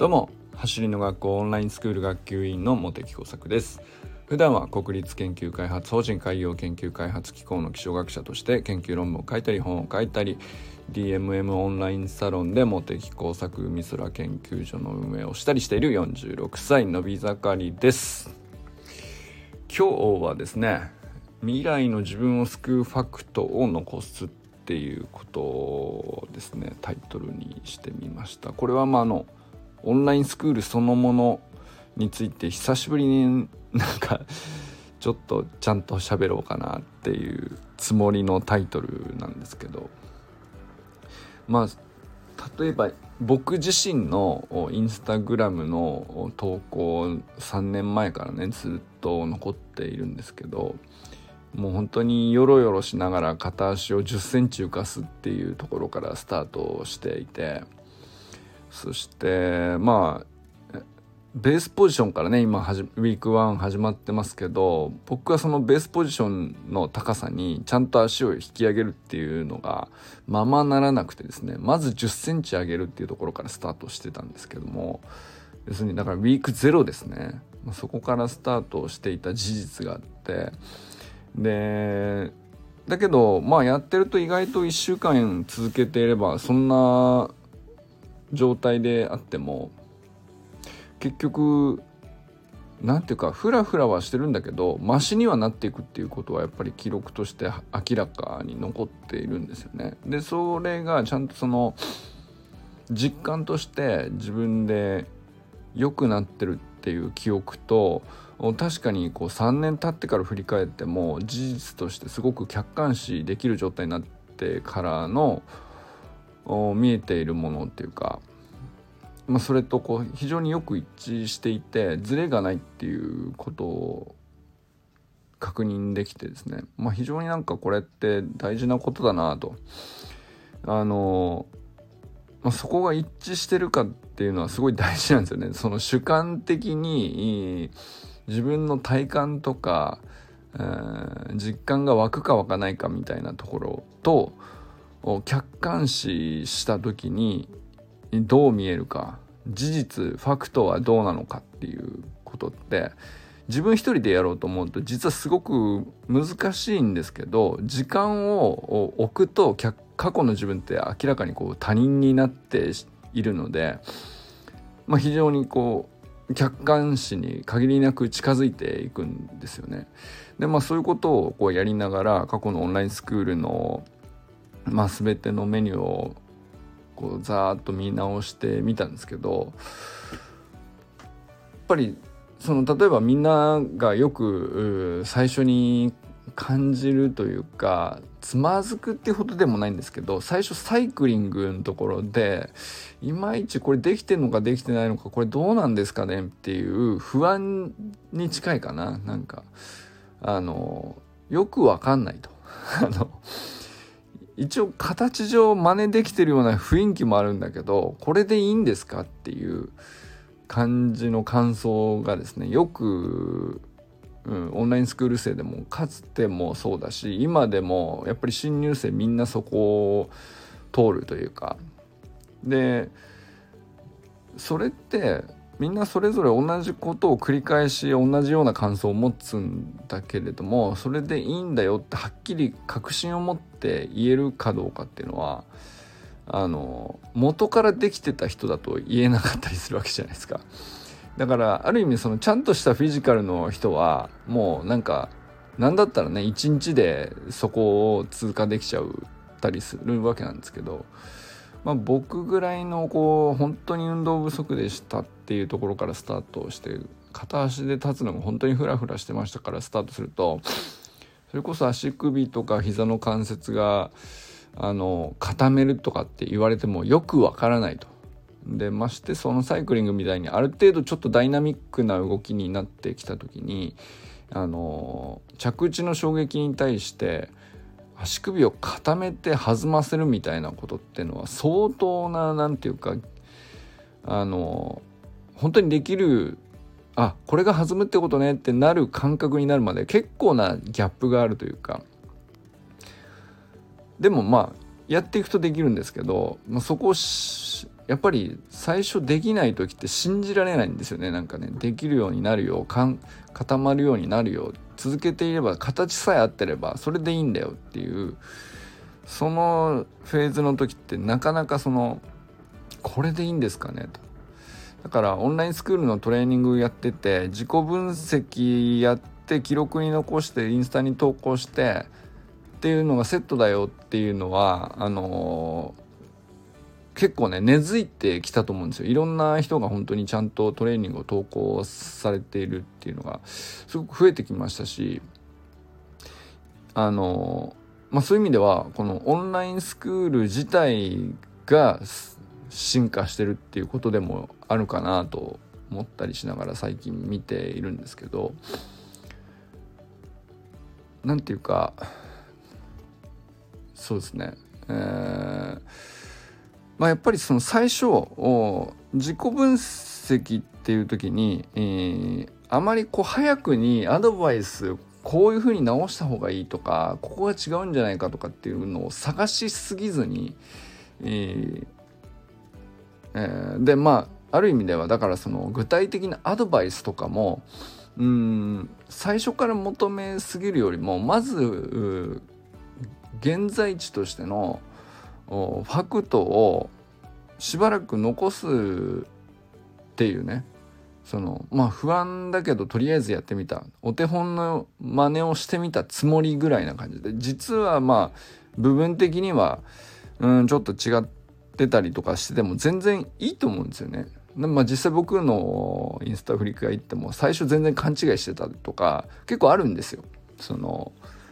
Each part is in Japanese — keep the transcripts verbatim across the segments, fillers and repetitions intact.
どうも、走りの学校オンラインスクール学級委員の茂木耕作です。普段は国立研究開発法人海洋研究開発機構の気象学者として研究論文を書いたり本を書いたり ディーエムエム オンラインサロンで茂木耕作海空研究所の運営をしたりしているよんじゅうろくさいのび盛りです。今日はですね、未来の自分を救うファクトを残すっていうことをですね、タイトルにしてみました。これはまああのオンラインスクールそのものについて久しぶりになんかちょっとちゃんと喋ろうかなっていうつもりのタイトルなんですけど、まあ例えば僕自身のインスタグラムの投稿さんねんまえからねずっと残っているんですけど、もう本当にヨロヨロしながら片足をじゅっセンチ浮かすっていうところからスタートしていて、そしてまあベースポジションからね今はじウィークワン始まってますけど、僕はそのベースポジションの高さにちゃんと足を引き上げるっていうのがままならなくてですね、まずじゅっセンチ上げるっていうところからスタートしてたんですけども、要するにだからウィークゼロですね、そこからスタートしていた事実があって、でだけどまあやってると意外といっしゅうかん続けていればそんな状態であっても結局なんていうかフラフラはしてるんだけどマシにはなっていくっていうことはやっぱり記録として明らかに残っているんですよね。でそれがちゃんとその実感として自分で良くなってるっていう記憶と、確かにこうさんねん経ってから振り返っても事実としてすごく客観視できる状態になってからの見えているものっていうか、まあ、それとこう非常によく一致していてズレがないっていうことを確認できてですね、まあ、非常になんかこれって大事なことだなと、あの、まあ、そこが一致してるかっていうのはすごい大事なんですよね。その主観的に自分の体感とか、えー、実感が湧くか湧かないかみたいなところと客観視した時にどう見えるか、事実ファクトはどうなのかっていうことって自分一人でやろうと思うと実はすごく難しいんですけど、時間を置くと過去の自分って明らかにこう他人になっているので、まあ、非常にこう客観視に限りなく近づいていくんですよね。でまあそういうことをこうやりながら過去のオンラインスクールのまあ、全てのメニューをこうざーっと見直してみたんですけど、やっぱりその例えばみんながよく最初に感じるというかつまずくっていうほどでもないんですけど、最初サイクリングのところでいまいちこれできてるのかできてないのかこれどうなんですかねっていう不安に近いかな。なんかあのよくわかんないとあの一応形上真似できてるような雰囲気もあるんだけどこれでいいんですかっていう感じの感想がですねよく、うん、オンラインスクール生でもかつてもそうだし今でもやっぱり新入生みんなそこを通るというかで、それってみんなそれぞれ同じことを繰り返し同じような感想を持つんだけれども、それでいいんだよってはっきり確信を持って言えるかどうかっていうのはあの元からできてた人だと言えなかったりするわけじゃないですか。だからある意味そのちゃんとしたフィジカルの人はもうなんかなんだったらね一日でそこを通過できちゃうたりするわけなんですけど、まあ、僕ぐらいのこう本当に運動不足でしたっていうところからスタートして片足で立つのが本当にフラフラしてましたからスタートすると、それこそ足首とか膝の関節があの固めるとかって言われてもよくわからないと。でましてそのサイクリングみたいにある程度ちょっとダイナミックな動きになってきた時にあの着地の衝撃に対して足首を固めて弾ませるみたいなことっていうのは相当ななんていうかあの本当にできる、あこれが弾むってことねってなる感覚になるまで結構なギャップがあるというか、でもまあやっていくとできるんですけど、まあ、そこをやっぱり最初できない時って信じられないんですよね。なんかね、できるようになるようかん固まるようになるよ、続けていれば形さえ合ってればそれでいいんだよっていう、そのフェーズの時ってなかなかそのこれでいいんですかねと。だからオンラインスクールのトレーニングやってて、自己分析やって記録に残してインスタに投稿してっていうのがセットだよっていうのはあのー結構ね根付いてきたと思うんですよ。いろんな人が本当にちゃんとトレーニングを投稿されているっていうのがすごく増えてきましたし、あのまあそういう意味ではこのオンラインスクール自体が進化してるっていうことでもあるかなと思ったりしながら最近見ているんですけど、なんていうかそうですね、えーまあ、やっぱりその最初自己分析っていう時に、えー、あまりこう早くにアドバイスこういうふうに直した方がいいとかここが違うんじゃないかとかっていうのを探しすぎずに、えーえー、でまあある意味ではだからその具体的なアドバイスとかもうーん最初から求めすぎるよりもまず現在地としてのファクトをしばらく残すっていうね、そのまあ不安だけどとりあえずやってみた、お手本の真似をしてみたつもりぐらいな感じで、実はまあ部分的にはうんちょっと違ってたりとかしてても全然いいと思うんですよね。まあ実際僕のインスタ振り返っても最初全然勘違いしてたとか結構あるんですよ。その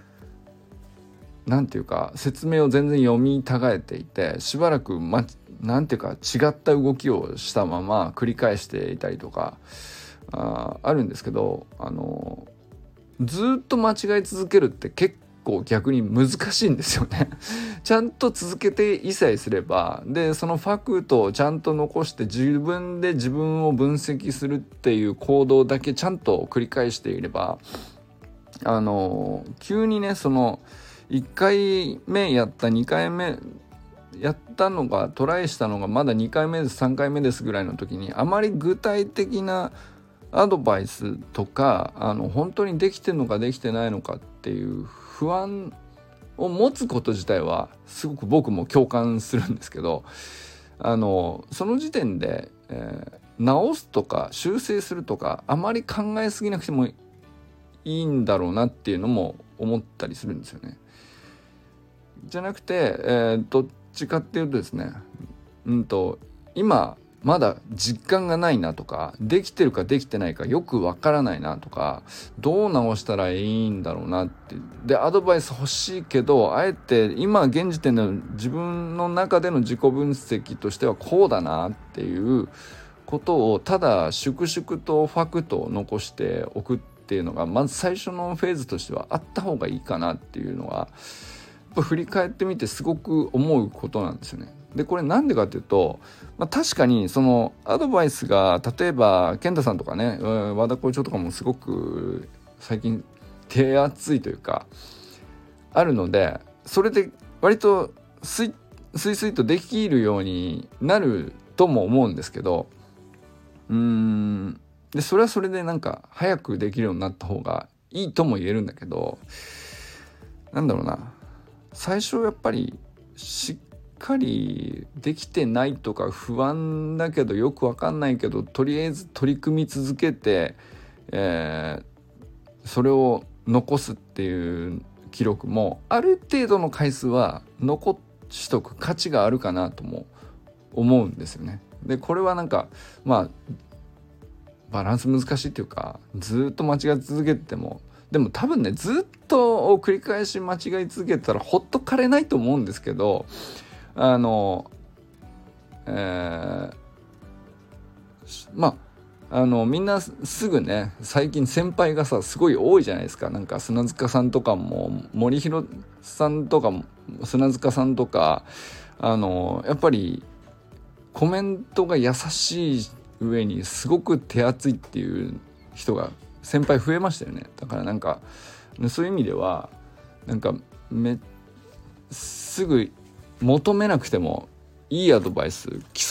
なんていうか説明を全然読み違えていてしばらく、ま、なんていうか違った動きをしたまま繰り返していたりとか あ, あるんですけど、あのずっと間違い続けるって結構逆に難しいんですよねちゃんと続けていさえすればでそのファクトをちゃんと残して自分で自分を分析するっていう行動だけちゃんと繰り返していればあの急にねそのいっかいめやったにかいめやったのがトライしたのがまだにかいめですさんかいめですぐらいの時にあまり具体的なアドバイスとかあの本当にできてるのかできてないのかっていう不安を持つこと自体はすごく僕も共感するんですけど、あのその時点で、えー、直すとか修正するとかあまり考えすぎなくてもいいんだろうなっていうのも思ったりするんですよね。じゃなくて、えー、どっちかっていうとですね、うんと今まだ実感がないなとかできてるかできてないかよくわからないなとかどう直したらいいんだろうなってでアドバイス欲しいけどあえて今現時点の自分の中での自己分析としてはこうだなっていうことをただ粛々とファクトを残しておくっていうのがまず最初のフェーズとしてはあった方がいいかなっていうのは振り返ってみてすごく思うことなんですよね。でこれなんでかっていうと、まあ、確かにそのアドバイスが例えば健太さんとかね和田校長とかもすごく最近手厚いというかあるのでそれで割とスイスイスイとできるようになるとも思うんですけどうーんでそれはそれでなんか早くできるようになった方がいいとも言えるんだけどなんだろうな最初やっぱりしっかりできてないとか不安だけどよくわかんないけどとりあえず取り組み続けて、えー、それを残すっていう記録もある程度の回数は残しとく価値があるかなとも思うんですよね。でこれはなんかまあバランス難しいっていうかずっと間違い続けてもでも多分ねずっと繰り返し間違い続けてたらほっとかれないと思うんですけどあの、えー、まああのみんなすぐね最近先輩がさすごい多いじゃないですか。なんか砂塚さんとかも森弘さんとかも砂塚さんとかあのやっぱりコメントが優しい上にすごく手厚いっていう人が先輩増えましたよね。だからなんかそういう意味ではなんかめすぐ求めなくてもいいアドバイス来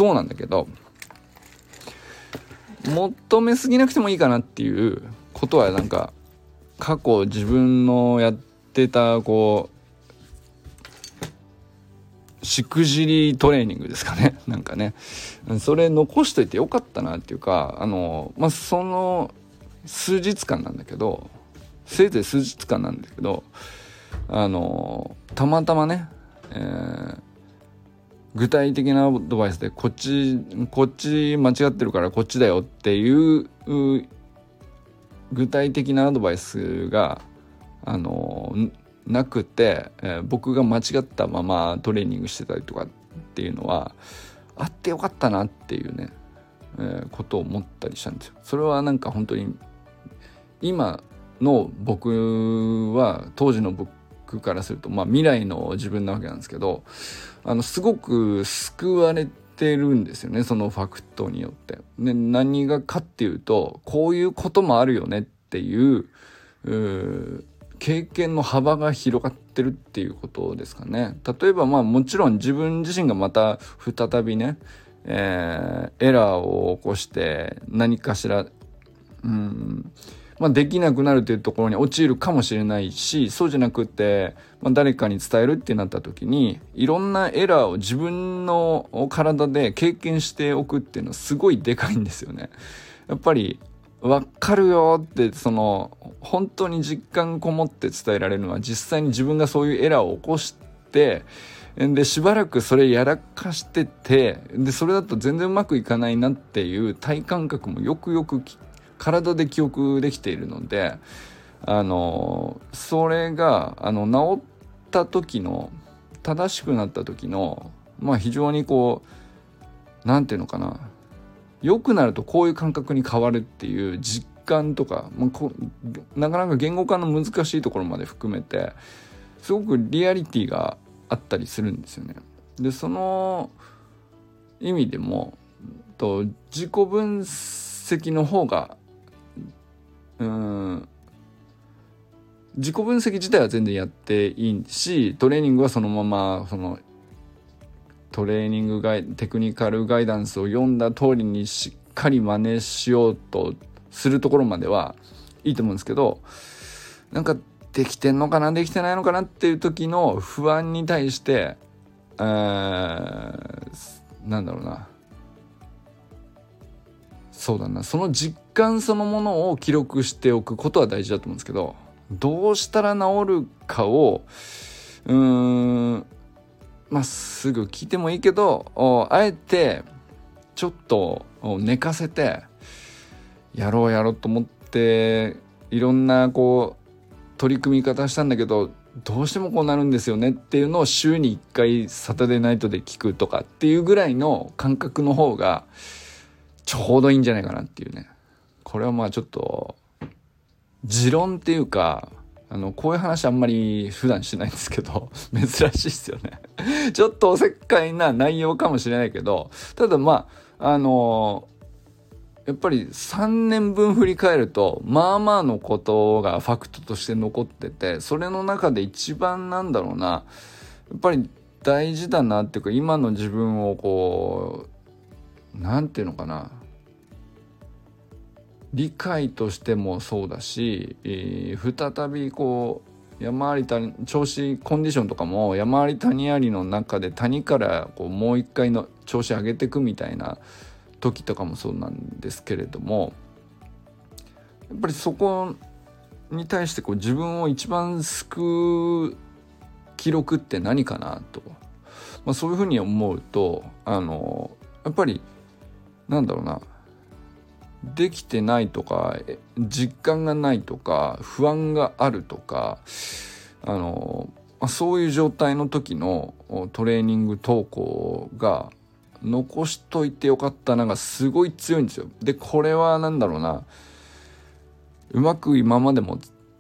そうなんだけど、求めすぎなくてもいいかなっていうことはなんか過去自分のやってたこうしくじりトレーニングですかね、なんかね、それ残しといてよかったなっていうか、あのまあその数日間なんだけど、せいぜい数日間なんだけど、あのたまたまね、えー、具体的なアドバイスでこっちこっち間違ってるからこっちだよっていう具体的なアドバイスがあのなくて、えー、僕が間違ったままトレーニングしてたりとかっていうのはあってよかったなっていうね、えー、ことを思ったりしたんですよ。それはなんか本当に今の僕は当時の僕からすると、まあ、未来の自分なわけなんですけど、あのすごく救われてるんですよね、そのファクトによって。で、何がかっていうと、こういうこともあるよねっていう、う経験の幅が広がってるっていうことですかね。例えばまあもちろん自分自身がまた再びね、えー、エラーを起こして何かしら、うんまあ、できなくなるというところに陥るかもしれないし、そうじゃなくて、まあ、誰かに伝えるってなった時にいろんなエラーを自分の体で経験しておくっていうのはすごいでかいんですよね。やっぱり分かるよって、その本当に実感こもって伝えられるのは、実際に自分がそういうエラーを起こしてでしばらくそれやらかしてて、でそれだと全然うまくいかないなっていう体感覚もよくよく体で記憶できているので、あのそれがあの治った時の正しくなった時のまあ非常にこうなんていうのかな、良くなるとこういう感覚に変わるっていう実感とか、まあ、こなかなか言語化の難しいところまで含めてすごくリアリティがあったりするんですよね。でその意味でもと自己分析の方がうーん自己分析自体は全然やっていいし、トレーニングはそのままそのトレーニングガイテクニカルガイダンスを読んだ通りにしっかり真似しようとするところまではいいと思うんですけど、なんかできてんのかなできてないのかなっていう時の不安に対して、えー、なんだろうなそうだなその実感そのものを記録しておくことは大事だと思うんですけど、どうしたら治るかをうーんまあすぐ聞いてもいいけど、あえてちょっと寝かせてやろうやろうと思っていろんなこう取り組み方したんだけど、どうしてもこうなるんですよねっていうのを週にいっかいサタデーナイトで聞くとかっていうぐらいの感覚の方がちょうどいいんじゃないかなっていうね。これはまあちょっと持論っていうか、あのこういう話あんまり普段しないんですけど珍しいっすよねちょっとおせっかいな内容かもしれないけど、ただまああのやっぱりさんねんぶん振り返るとまあまあのことがファクトとして残ってて、それの中で一番なんだろうなやっぱり大事だなっていうか、今の自分をこうなんていうのかな理解としてもそうだし、えー、再びこう山あり谷調子コンディションとかも山あり谷ありの中で谷からこうもう一回の調子上げていくみたいな時とかもそうなんですけれども、やっぱりそこに対してこう自分を一番救う記録って何かなと、まあ、そういうふうに思うとあのやっぱりなんだろうなできてないとか実感がないとか不安があるとか、あのそういう状態の時のトレーニング投稿が残しといてよかったながすごい強いんですよ。でこれはなんだろうなうまく今までも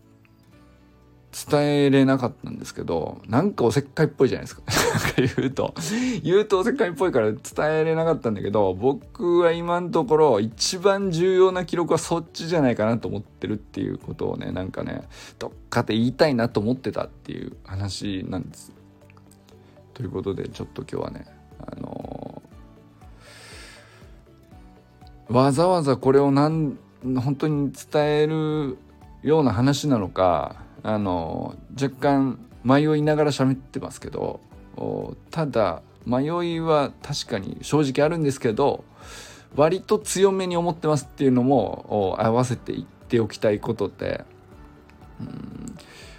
伝えれなかったんですけど、なんかおせっかいっぽいじゃないですかなんか言うと言うとおせっかいっぽいから伝えれなかったんだけど、僕は今のところ一番重要な記録はそっちじゃないかなと思ってるっていうことをね、なんかねどっかで言いたいなと思ってたっていう話なんです。ということでちょっと今日はねあのわざわざこれをなん本当に伝えるような話なのか、あの若干迷いながら喋ってますけど、ただ迷いは確かに正直あるんですけど、割と強めに思ってますっていうのも合わせて言っておきたいことで、うん、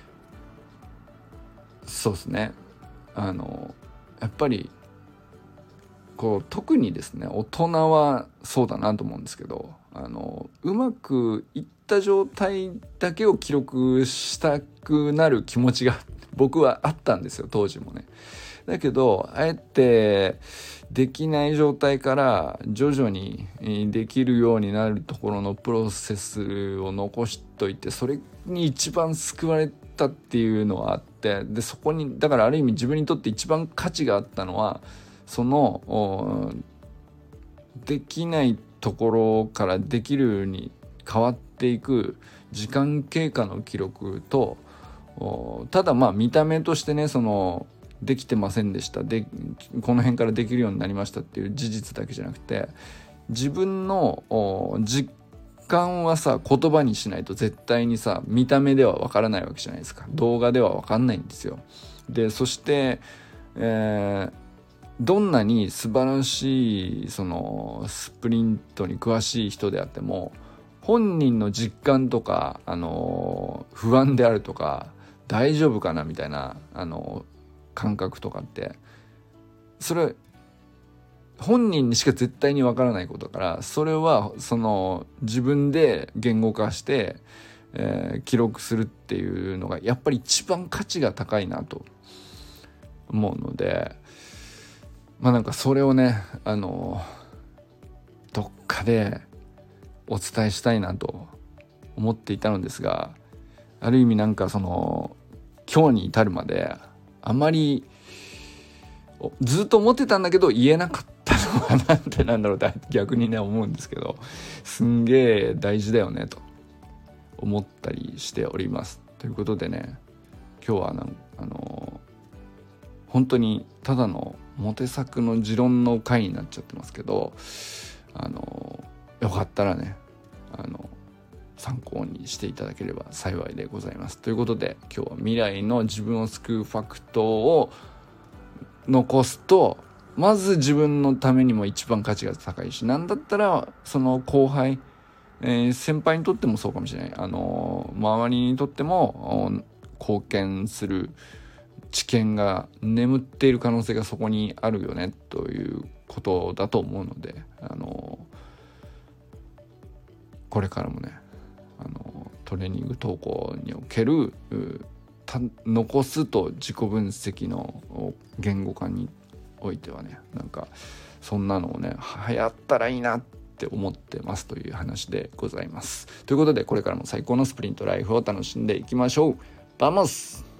そうですね、あのやっぱりこう特にですね大人はそうだなと思うんですけど、あのうまくいった状態だけを記録したくなる気持ちが僕はあったんですよ、当時もね。だけどあえてできない状態から徐々にできるようになるところのプロセスを残しといて、それに一番救われたっていうのはあって、でそこにだからある意味自分にとって一番価値があったのは、そのできないところからできるに変わっていく時間経過の記録と、ただまあ見た目としてね、そのできてませんでしたでこの辺からできるようになりましたっていう事実だけじゃなくて、自分の実感はさ言葉にしないと絶対にさ見た目ではわからないわけじゃないですか。動画ではわかんないんですよ。でそして、えーどんなに素晴らしいそのスプリントに詳しい人であっても、本人の実感とか、あの不安であるとか大丈夫かなみたいな、あの感覚とかって、それ本人にしか絶対にわからないことだから、それはその自分で言語化して、えー、記録するっていうのがやっぱり一番価値が高いなと思うので、まあなんかそれをね、あのどっかでお伝えしたいなと思っていたのですが、ある意味なんかその今日に至るまであまりずっと思ってたんだけど言えなかったのはなんでなんだろうって逆にね思うんですけど、すんげえ大事だよねと思ったりしております。ということでね、今日はなんあの本当にただのモテ作の持論の回になっちゃってますけど、あのよかったらね、あの参考にしていただければ幸いでございます。ということで今日は未来の自分を救うファクトを残すと、まず自分のためにも一番価値が高いし、なんだったらその後輩、えー、先輩にとってもそうかもしれない、あの周りにとっても貢献する知見が眠っている可能性がそこにあるよねということだと思うので、あのこれからもね、あのトレーニング投稿における残すと自己分析の言語化においてはね、なんかそんなのをね流行ったらいいなって思ってますという話でございます。ということでこれからも最高のスプリントライフを楽しんでいきましょう。バモス。